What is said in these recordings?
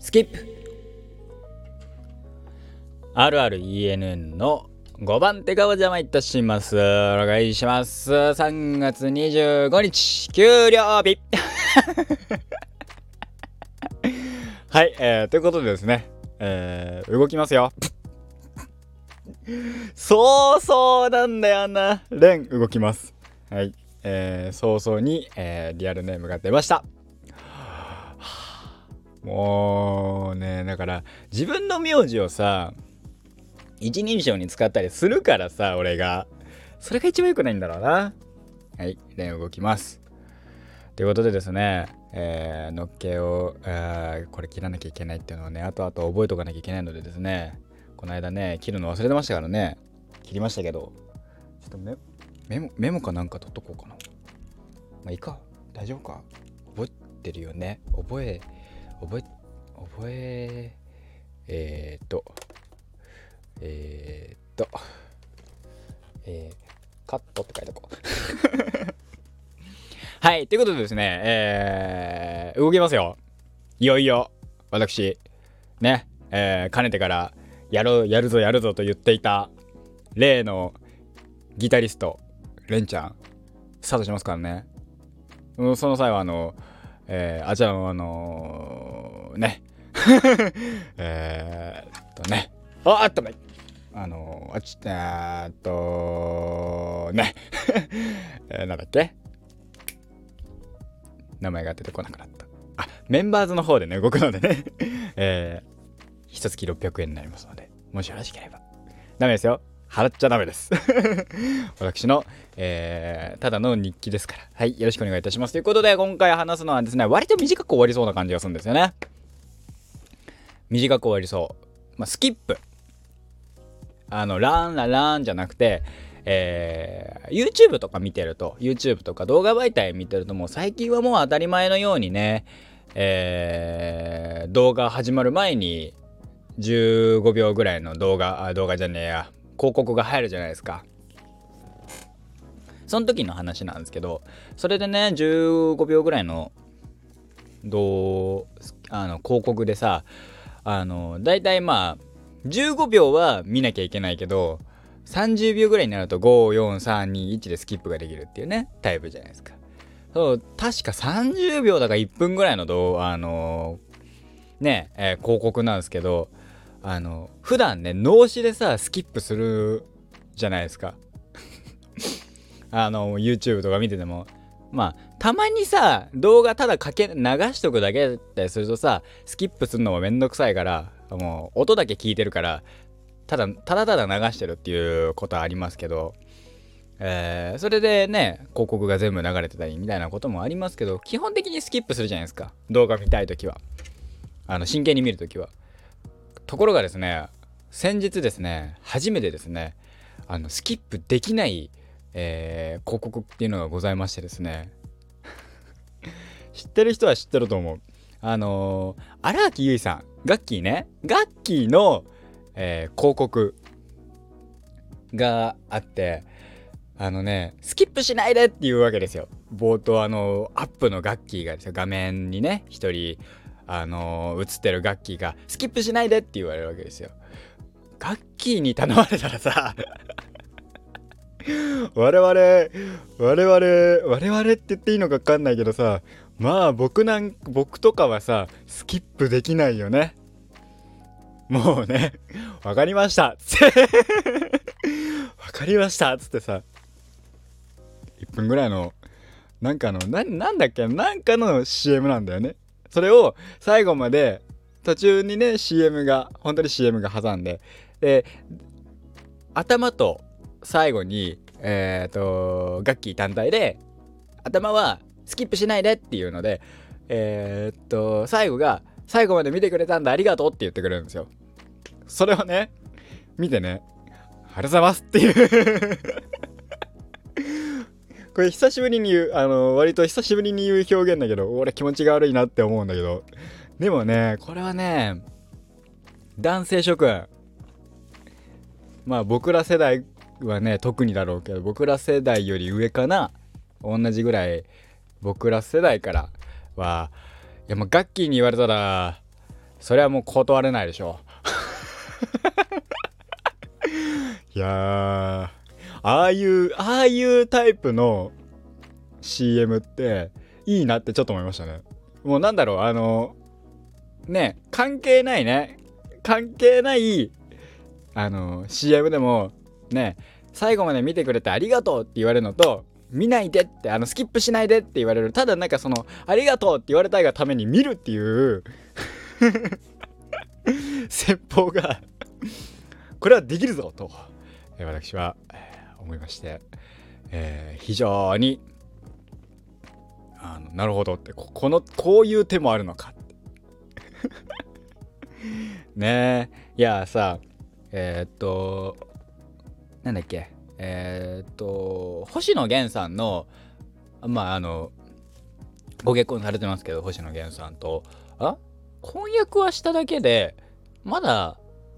スキップ RRENN の5番手がお邪魔いたします。お願いします。3月25日給料日はい、ということでですね、動きますよ。そうなんだよな。レン動きます。はい、早々に、リアルネームが出ました。もうね、だから自分の名字をさ一人称に使ったりするからさ、俺がそれが一番良くないんだろうな。はい、レン動きますということでですね、のっけをこれ切らなきゃいけないっていうのをね、後々覚えとかなきゃいけないのでですね、この間ね切るの忘れてましたからね、切りましたけど、ちょっとメモかなんか取っとこうかな。まあいいか、大丈夫か、覚えてるよね、覚えカットって書いておこうはい、ということでですね、動きますよ。いよいよ私ね、かねてからやるぞと言っていた例のギタリストレンちゃんスタートしますからね。その際はあちらのねあったまいねなんだっけ、名前が出てこなくなった。メンバーズの方でね動くのでね一月600円になりますので、もしよろしければ。ダメですよ、払っちゃダメです私の、ただの日記ですから。はい、よろしくお願いいたします。ということで今回話すのはですね、割と短く終わりそうな感じがするんですよね。短く終わりそう、スキップ、ラーンじゃなくて、YouTube とか見てると、 YouTube とか動画媒体見てると、もう最近はもう当たり前のようにね、動画始まる前に15秒ぐらいの動画じゃねえや、広告が入るじゃないですか。その時の話なんですけど、それでね15秒ぐらいの広告でさ、だいたい15秒は見なきゃいけないけど、30秒ぐらいになると54321でスキップができるっていうねタイプじゃないですか。そう、確か30秒だか1分ぐらいの広告なんですけど、普段ね脳死でさスキップするじゃないですかYouTube とか見てても、たまにさ動画ただ流しとくだけだったりするとさ、スキップするのもめんどくさいから、もう音だけ聞いてるからただ流してるっていうことはありますけど、それでね広告が全部流れてたりみたいなこともありますけど、基本的にスキップするじゃないですか、動画見たいときは。真剣に見るときは。ところがですね、先日ですね初めてですねスキップできない広告っていうのがございましてですね知ってる人は知ってると思う。荒木結衣さん、ガッキーの、広告があって、スキップしないでっていうわけですよ。冒頭アップのガッキーがですよ、画面にね一人映ってるガッキーがスキップしないでって言われるわけですよ。ガッキーに頼まれたらさ我々って言っていいのか分かんないけどさ、僕とかはさスキップできないよね。もうね、分かりました分かりましたっつってさ、1分ぐらいのなんだっけ、なんかの CM なんだよね。それを最後まで途中にね本当に CM が挟んで、頭と最後にガッキー単体で、頭はスキップしないでっていうので、最後まで見てくれたんだありがとうって言ってくれるんですよ。それをね見てね、ありがとうございますっていうこれ久しぶりに言う、割と久しぶりに言う表現だけど、俺気持ちが悪いなって思うんだけど、でもねこれはね男性諸君、僕ら世代はね特にだろうけど、僕ら世代より上かな、同じぐらい僕ら世代からは、ガッキーに言われたらそれはもう断れないでしょ。いやー、ああいうタイプの CM っていいなってちょっと思いましたね。もうなんだろう、ね、関係ないCM でもね、最後まで見てくれてありがとうって言われるのと、見ないでって、スキップしないでって言われる、ただなんかそのありがとうって言われたいがために見るっていう戦法がこれはできるぞと、私は思いまして、非常になるほどって、こういう手もあるのかってねえ。いやさ、なんだっけ、星野源さんのご結婚されてますけど、星野源さんと婚約はしただけでまだ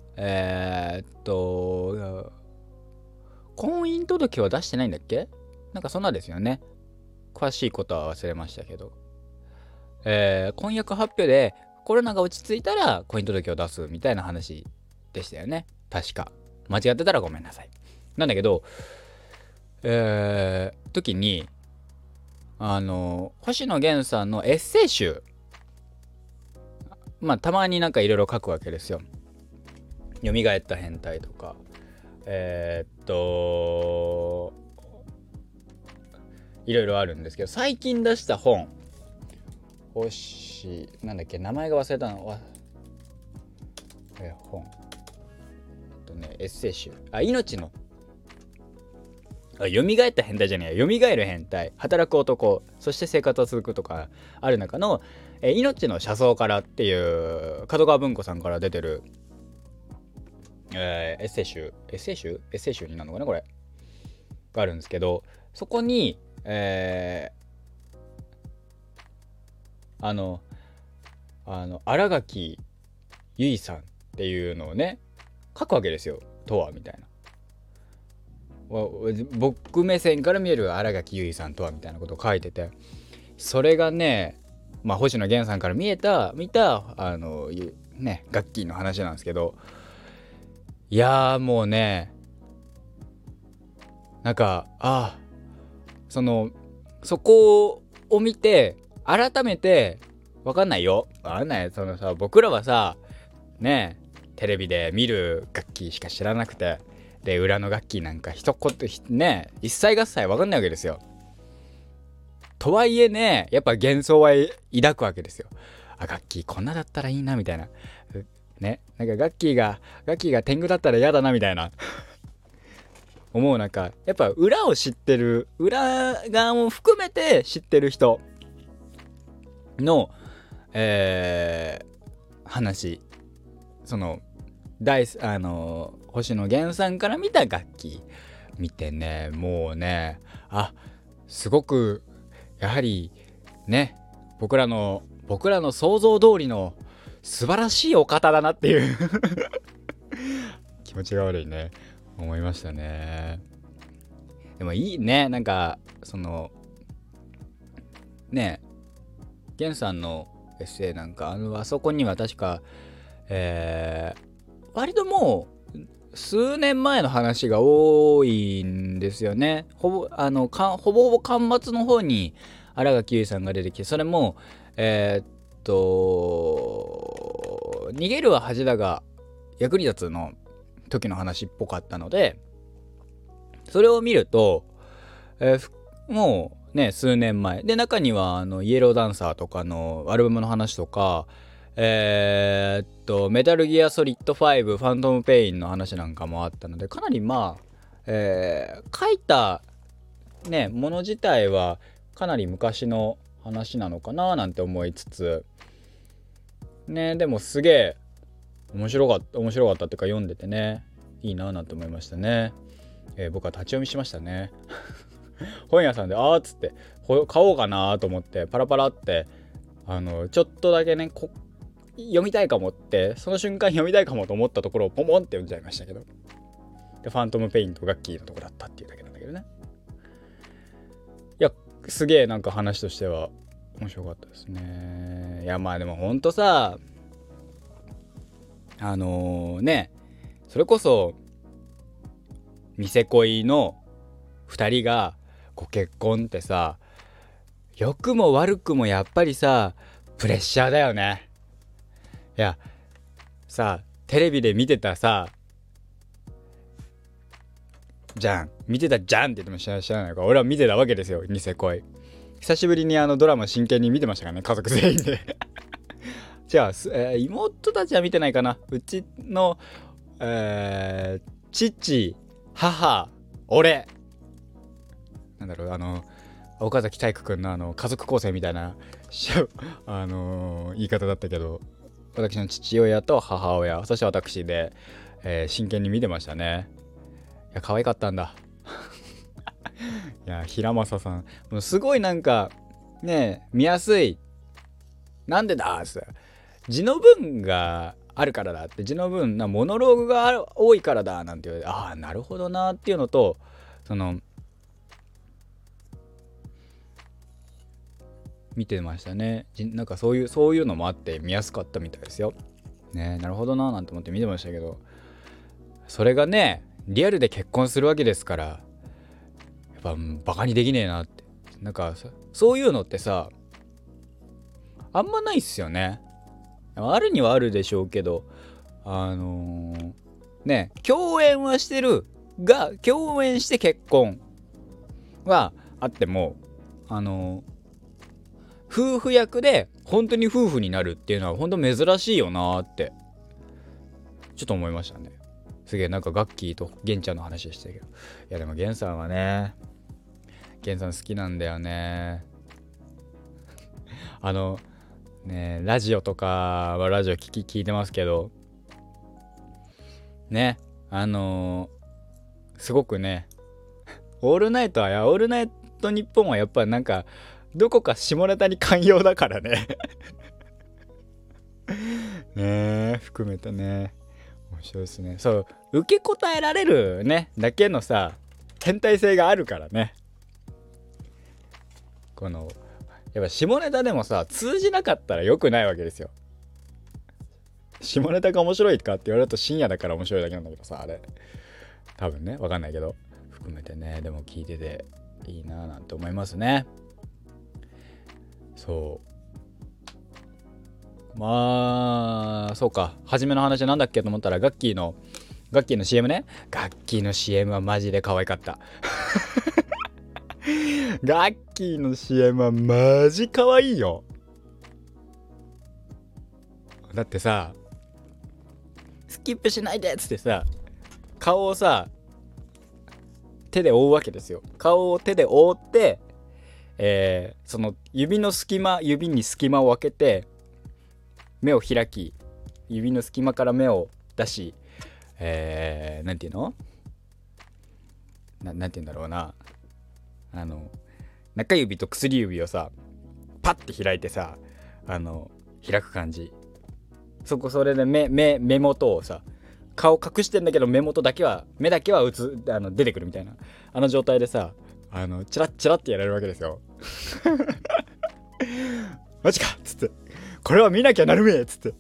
婚姻届は出してないんだっけ、なんかそんなですよね。詳しいことは忘れましたけど、婚約発表でコロナが落ち着いたら婚姻届を出すみたいな話でしたよね、確か。間違ってたらごめんなさい。なんだけど、時に星野源さんのエッセイ集、たまになんかいろいろ書くわけですよ。蘇った変態とか、いろいろあるんですけど、最近出した本、なんだっけ、名前が忘れたの。本エッセイ集、命の蘇った変態じゃねえよ、蘇る変態、働く男、そして生活は続くとかある中の、命の車窓からっていう角川文庫さんから出てる、エッセイ集になるのかな、これがあるんですけど、そこに新垣結衣さんっていうのをね書くわけですよ、とはみたいな、僕目線から見える新垣結衣さんとはみたいなことを書いてて、それがね、星野源さんから見たね、ガッキーの話なんですけど、いやーもうね、なんかそこを見て改めて、わかんないよ、そのさ、僕らはさね、テレビで見るガッキーしか知らなくて、で裏のガッキーなんか一言ね、一切合切わかんないわけですよ。とはいえね、やっぱ幻想は抱くわけですよ。ガッキーこんなだったらいいなみたいなね、なんかガッキーが天狗だったら嫌だなみたいな思う。なんかやっぱ裏を知ってる、裏側も含めて知ってる人の話、その星野源さんから見た楽器見てね、もうね、すごくやはりね、僕らの想像通りの素晴らしいお方だなっていう気持ちが悪いね、思いましたね。でもいいね、なんかそのね、源さんのエッセイなんかあそこには確か割ともう数年前の話が多いんですよね。ほぼほぼ巻末の方に新垣結衣さんが出てきて、それも逃げるは恥だが役に立つの時の話っぽかったので、それを見ると、もうね数年前で、中にはイエローダンサーとかのアルバムの話とか、メタルギアソリッド5ファントムペインの話なんかもあったので、かなり書いたねもの自体はかなり昔の話なのかななんて思いつつね、でもすげえ面白かったっていうか、読んでてねいいななんて思いましたね。僕は立ち読みしましたね本屋さんでっつって買おうかなと思ってパラパラってちょっとだけね読みたいかもって、その瞬間読みたいかもと思ったところをポモンって読んじゃいましたけど、でファントムペインとガッキーのとこだったっていうだけなんだけどね。いやすげえなんか話としては面白かったですね。いやでもほんとさ、 ね、それこそニセ恋の2人がご結婚ってさ、良くも悪くもやっぱりさプレッシャーだよね。いやさ、テレビで見てたさじゃん見てたじゃんって言っても知らないから、俺は見てたわけですよ、ニセ恋。久しぶりにドラマ真剣に見てましたからね、家族全員でじゃあ、妹たちは見てないかな。うちの、父、母、俺、なんだろう、岡崎体育くんの家族構成みたいな言い方だったけど、私の父親と母親、そして私で、真剣に見てましたね。いや可愛かったんだいや平正さんもうすごいなんかね、見やすい。なんでだって字の文があるからだって、字の文なモノローグが多いからだなんて言われて、ああなるほどなっていうのと、その見てましたね。なんかそういうのもあって見やすかったみたいですよね。なるほどななんて思って見てましたけど、それがねリアルで結婚するわけですから、やっぱバカにできねえなって。なんかそういうのってさあんまないっすよね。あるにはあるでしょうけど、ね、共演はしてるが、共演して結婚はあっても、夫婦役で本当に夫婦になるっていうのは本当珍しいよなーってちょっと思いましたね。すげえなんかガッキーとゲンちゃんの話でしたけど、いやでもゲンさんはね、ゲンさん好きなんだよね。ね、ラジオとかはラジオ聞いてますけどね、すごくねオールナイトニッポンはやっぱなんかどこか下ネタに寛容だからねねえ含めてね面白いですね。そう受け答えられるねだけのさ変態性があるからね。このやっぱ下ネタでもさ通じなかったら良くないわけですよ。下ネタが面白いかって言われると深夜だから面白いだけなんだけどさ、あれ多分ね、わかんないけど含めてね、でも聞いてていいななんて思いますね。そうまあそうか、初めの話なんだっけと思ったらガッキーの CM ね。ガッキーの CM はマジで可愛かったガッキーの CM はマジ可愛いよ。だってさスキップしないでっつってさ顔をさ手で覆うわけですよ。顔を手で覆って、その指に隙間を空けて目を開き、指の隙間から目を出し、なんていうのなんていうんだろうな、中指と薬指をさパッて開いてさ開く感じ。それで目元をさ顔隠してんだけど目だけは出てくるみたいな状態でさチラッチラってやられるわけですよマジかっつって、これは見なきゃなるめっつって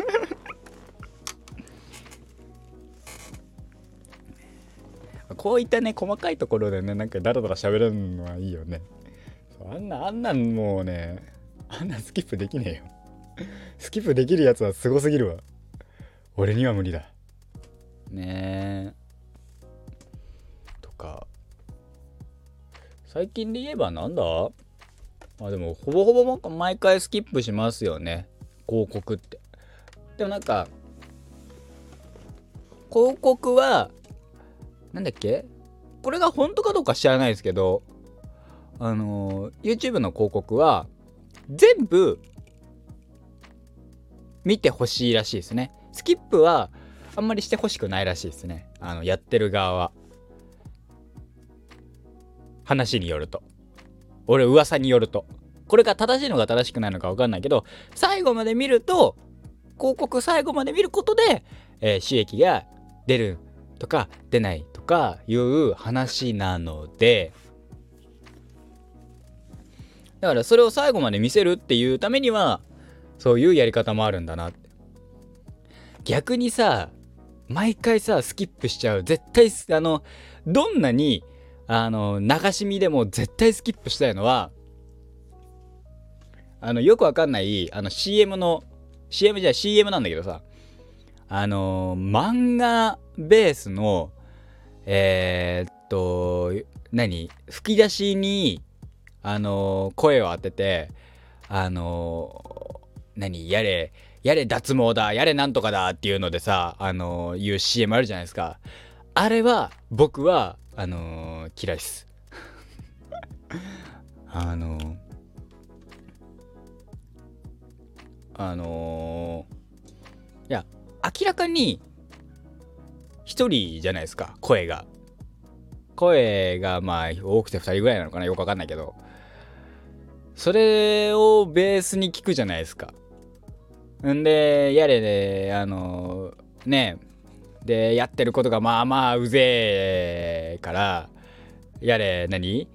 こういったね細かいところでねなんかダラダラ喋れるのはいいよね。あんなんもうねあんなんスキップできねえよスキップできるやつはすごすぎるわ。俺には無理だねえ。とか最近で言えばなんだ、でもほぼほぼ毎回スキップしますよね広告って。でもなんか広告はなんだっけ、これが本当かどうか知らないですけどYouTube の広告は全部見てほしいらしいですね。スキップはあんまりしてほしくないらしいですね。やってる側は。話によると。噂によると。これが正しいのか正しくないのか分かんないけど、最後まで見ると、広告最後まで見ることで、収益が出るとか出ないとかいう話なので、だからそれを最後まで見せるっていうためには、そういうやり方もあるんだなって。 逆にさ、毎回さスキップしちゃう。絶対どんなに流し見でも絶対スキップしたいのは、よくわかんないCM なんだけどさ、漫画ベースの吹き出しに声を当てて、やれ脱毛だ、やれなんとかだっていうのでさ、いう CM あるじゃないですか。あれは僕は嫌いっす。いや、明らかに一人じゃないですか、声がまあ多くて2人ぐらいなのかな、よくわかんないけど、それをベースに聞くじゃないですか。んでやれねでやってることがまあまあうぜえから、やれ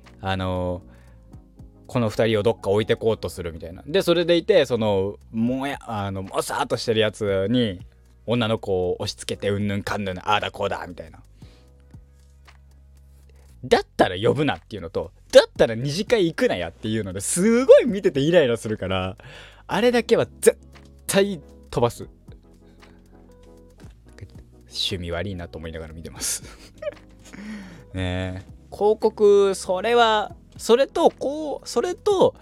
この2人をどっか置いてこうとするみたいな。でそれでいて、もさーっとしてるやつに女の子を押し付けてうんぬんかんぬん、ああだこうだみたいな。だったら呼ぶなっていうのと、だったら二次会行くなやっていうのですごい見ててイライラするから、あれだけは絶対飛ばす。趣味悪いなと思いながら見てますねえ、広告、それと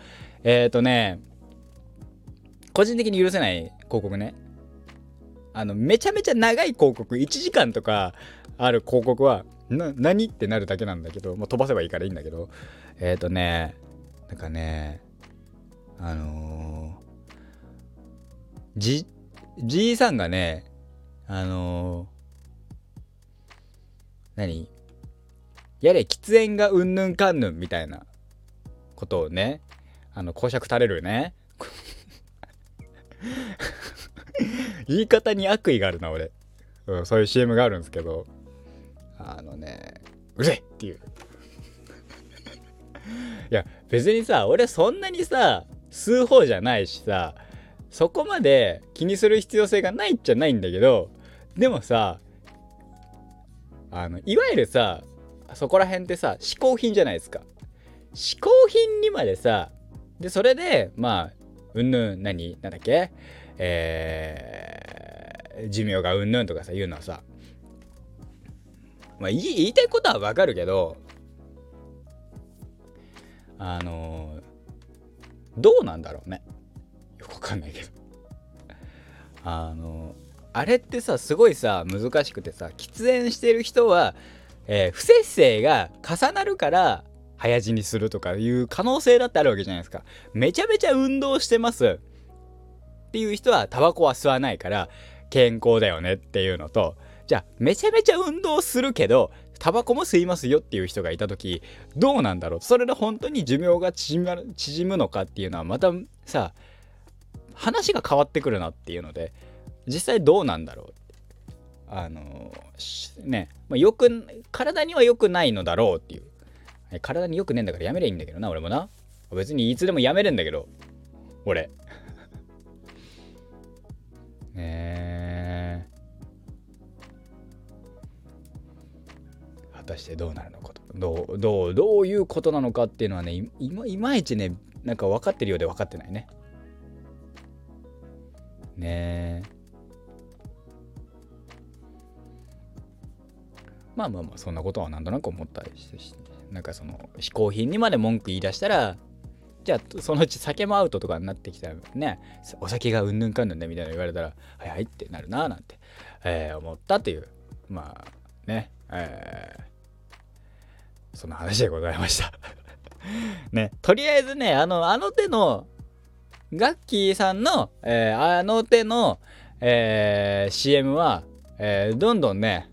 個人的に許せない広告ね。めちゃめちゃ長い広告、1時間とかある広告は何ってなるだけなんだけど、もう飛ばせばいいからいいんだけど、なんかね、じいさんがね、やれ喫煙がうんぬんかんぬんみたいなことをね、公爵垂れるね言い方に悪意があるな俺、そういう CM があるんですけど、うれっていういや別にさ、俺そんなにさ吸う方じゃないしさ、そこまで気にする必要性がないっちゃないんだけど、でもさ、いわゆるさ、そこら辺ってさ嗜好品じゃないですか。嗜好品にまでさ、でそれでまあうんぬんなんだっけ、寿命がうんぬんとかさ言うのはさ、まあ言いたいことはわかるけど、どうなんだろうね、よくわかんないけどあれってさすごいさ難しくてさ、喫煙してる人は、不摂生が重なるから早死にするとかいう可能性だってあるわけじゃないですか。めちゃめちゃ運動してますっていう人はタバコは吸わないから健康だよねっていうのと、じゃあめちゃめちゃ運動するけどタバコも吸いますよっていう人がいた時どうなんだろう。それで本当に寿命が縮むのかっていうのはまたさ話が変わってくるなっていうので、実際どうなんだろう。体には良くないのだろうっていう。体に良くねえんだからやめりゃいいんだけどな、俺もな。別にいつでもやめれんだけど俺果たしてどうなるのかと、どういうことなのかっていうのはね、いまいちね、なんか分かってるようで分かってないね。まあそんなことはなんとなく思ったりして、なんかその嗜好品にまで文句言い出したら、じゃあそのうち酒もアウトとかになってきたらね、お酒がうんぬんかんぬんねみたいな言われたらはいはいってなるななんて、思ったという、まあね、そんな話でございましたね。とりあえずね、あの手のガッキーさんの、あの手の、CM は、どんどんね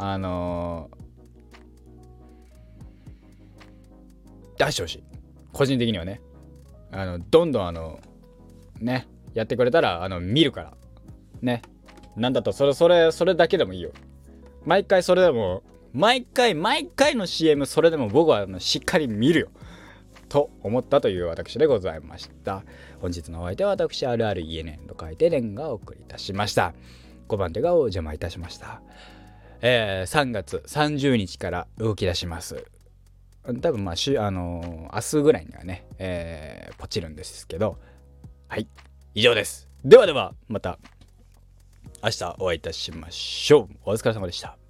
出してほしい。個人的にはね、どんどんねやってくれたら見るからね。なんだとそれだけでもいいよ。毎回それでも毎回の CM それでも僕はしっかり見るよと思ったという私でございました。本日のお相手は私RRENNと書いてレンがお送りいたしました。 5番手がお邪魔いたしました。3月30日から動き出します。多分まあ明日ぐらいにはね、ポチるんですけど、はい、以上です。ではではまた明日お会いいたしましょう。お疲れ様でした。